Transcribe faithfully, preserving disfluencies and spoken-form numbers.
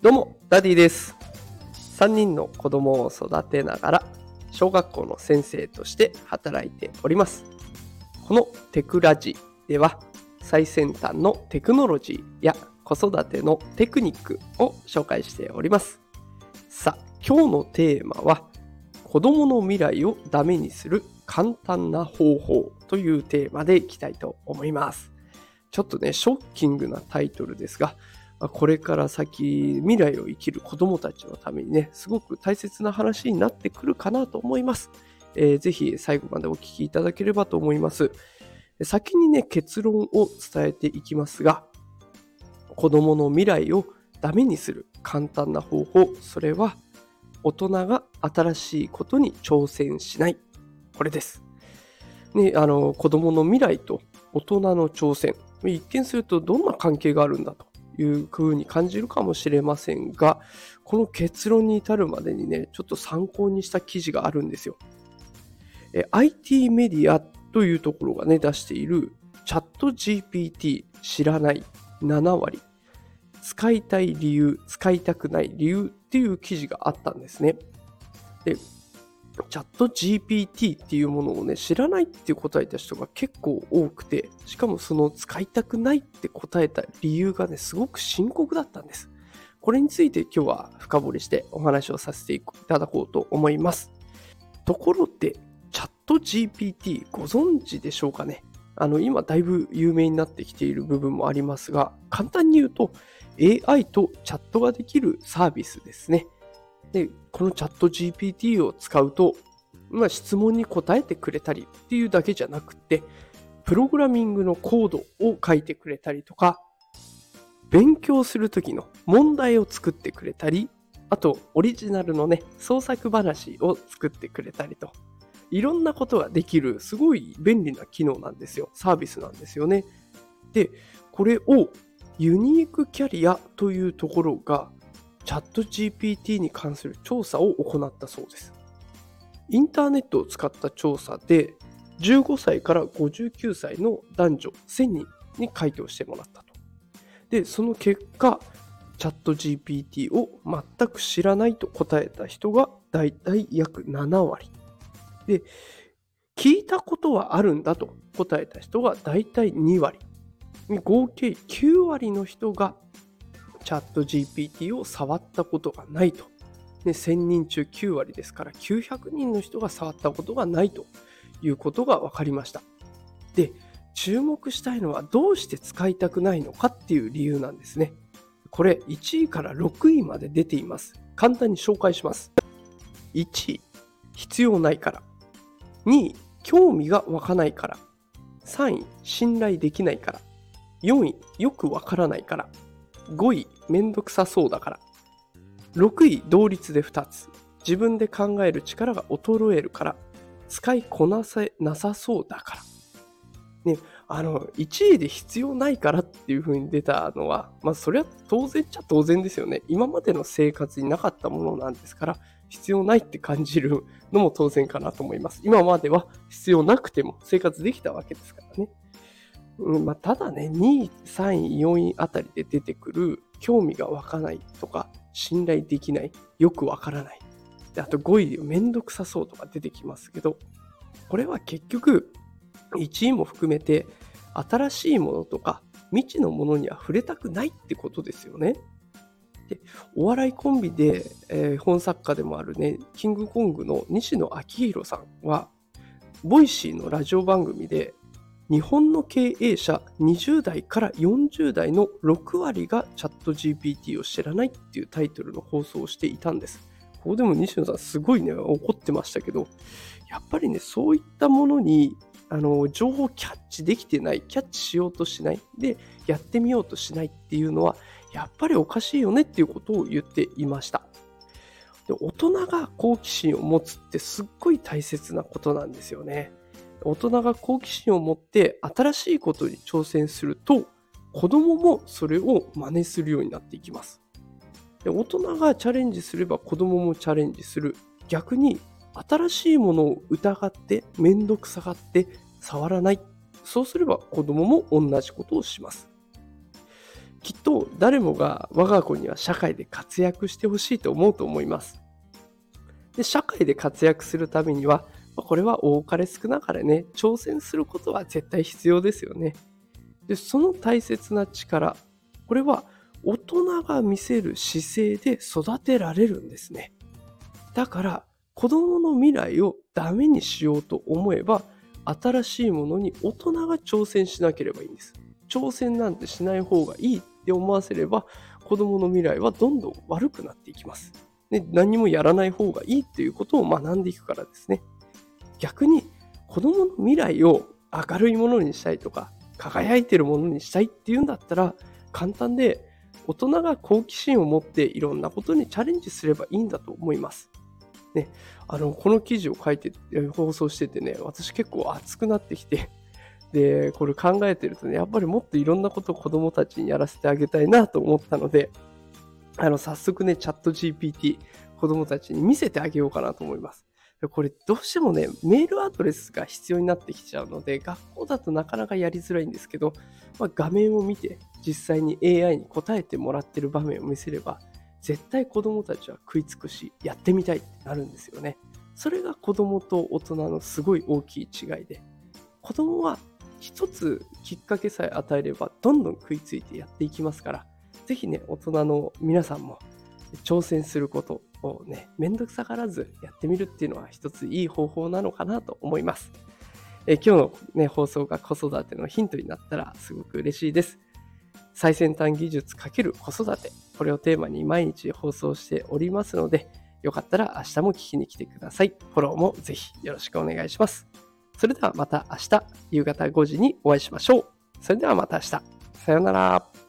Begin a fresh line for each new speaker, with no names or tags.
どうもダディです。さんにんの子供を育てながら小学校の先生として働いております。このテクラジでは最先端のテクノロジーや子育てのテクニックを紹介しております。さあ、今日のテーマは子供の未来をダメにする簡単な方法というテーマでいきたいと思います。ちょっとねショッキングなタイトルですが、これから先未来を生きる子どもたちのためにね、すごく大切な話になってくるかなと思います。えー、ぜひ最後までお聞きいただければと思います。先にね結論を伝えていきますが、子どもの未来をダメにする簡単な方法、それは大人が新しいことに挑戦しない、これです。ね、あの子どもの未来と大人の挑戦、一見するとどんな関係があるんだという風に感じるかもしれませんが、この結論に至るまでにね、ちょっと参考にした記事があるんですよ。え アイティー メディアというところがね出しているチャット ジーピーティー 知らないななわり、使いたい理由、使いたくない理由っていう記事があったんですね。で、チャット ジーピーティー っていうものをね知らないって答えた人が結構多くて、しかもその使いたくないって答えた理由がねすごく深刻だったんです。これについて今日は深掘りしてお話をさせていただこうと思います。ところでチャット ジーピーティー ご存知でしょうかね。あの今だいぶ有名になってきている部分もありますが、簡単に言うと エーアイ とチャットができるサービスですね。で、このチャット ジーピーティー を使うと、まあ、質問に答えてくれたりっていうだけじゃなくて、プログラミングのコードを書いてくれたりとか、勉強する時の問題を作ってくれたり、あとオリジナルのね創作話を作ってくれたりと、いろんなことができるすごい便利な機能なんですよ。サービスなんですよね。で、これをユニークキャリアというところがチャット ジーピーティー に関する調査を行ったそうです。インターネットを使った調査でじゅうごさいからごじゅうきゅうさいの男女せんにんに回答してもらったと。で、その結果チャット ジーピーティー を全く知らないと答えた人がだいたい約ななわりで、聞いたことはあるんだと答えた人がだいたいにわり、合計きゅうわりの人がチャット ジーピーティー を触ったことがないと。ね、せんにん中きゅうわりですからきゅうひゃくにんの人が触ったことがないということが分かりました。で、注目したいのはどうして使いたくないのかっていう理由なんですね。これいちいからろくいまで出ています。簡単に紹介します。いちい、必要ないから。にい、興味が湧かないから。さんい、信頼できないから。よんい、よくわからないから。ごい、めんどくさそうだから。ろくい、同率でふたつ、自分で考える力が衰えるから。使いこなせなさそうだから。ね、あのいちいで必要ないからっていう風に出たのは、まあそれは当然っちゃ当然ですよね。今までの生活になかったものなんですから、必要ないって感じるのも当然かなと思います。今までは必要なくても生活できたわけですからね。うんまあ、ただね、にい、さんい、よんいあたりで出てくる興味が湧かないとか、信頼できない、よくわからない。で、あとごいでめんどくさそうとか出てきますけど、これは結局いちいも含めて新しいものとか未知のものには触れたくないってことですよね。で、お笑いコンビで、えー本作家でもあるね、キングコングの西野昭弘さんは、ボイシーのラジオ番組で、日本の経営者にじゅうだいからよんじゅうだいのろくわりがチャット ジーピーティー を知らないっていうタイトルの放送をしていたんです。ここでも西野さんすごいね怒ってましたけど、やっぱりねそういったものにあの情報をキャッチできてない、キャッチしようとしない、でやってみようとしないっていうのはやっぱりおかしいよねっていうことを言っていました。で、大人が好奇心を持つってすっごい大切なことなんですよね。大人が好奇心を持って新しいことに挑戦すると、子供もそれを真似するようになっていきます。で、大人がチャレンジすれば子供もチャレンジする。逆に新しいものを疑ってめんどくさがって触らない。そうすれば子供も同じことをします。 きっと誰もが我が子には社会で活躍してほしいと思うと思います。で、社会で活躍するためには、これは多かれ少なかれね、挑戦することは絶対必要ですよね。で、その大切な力、これは大人が見せる姿勢で育てられるんですね。だから子供の未来をダメにしようと思えば、新しいものに大人が挑戦しなければいいんです。挑戦なんてしない方がいいって思わせれば、子供の未来はどんどん悪くなっていきます。で、何もやらない方がいいっていうことを学んでいくからですね。逆に子供の未来を明るいものにしたいとか、輝いてるものにしたいっていうんだったら、簡単で大人が好奇心を持っていろんなことにチャレンジすればいいんだと思います。ね、あのこの記事を書いて放送しててね、私結構熱くなってきて、でこれ考えてるとね、やっぱりもっといろんなことを子どもたちにやらせてあげたいなと思ったので、あの早速ねチャット ジーピーティー 子どもたちに見せてあげようかなと思います。これどうしてもねメールアドレスが必要になってきちゃうので、学校だとなかなかやりづらいんですけど、まあ、画面を見て実際に エーアイ に答えてもらってる場面を見せれば、絶対子どもたちは食いつくし、やってみたいってなるんですよね。それが子どもと大人のすごい大きい違いで、子どもは一つきっかけさえ与えればどんどん食いついてやっていきますから、ぜひね大人の皆さんも挑戦することをね、めんどくさがらずやってみるっていうのは一ついい方法なのかなと思います。え今日の、ね、放送が子育てのヒントになったらすごく嬉しいです。最先端技術×子育て、これをテーマに毎日放送しておりますので、よかったら明日も聞きに来てください。フォローもぜひよろしくお願いします。それではまた明日夕方ごじにお会いしましょう。それではまた明日。さようなら。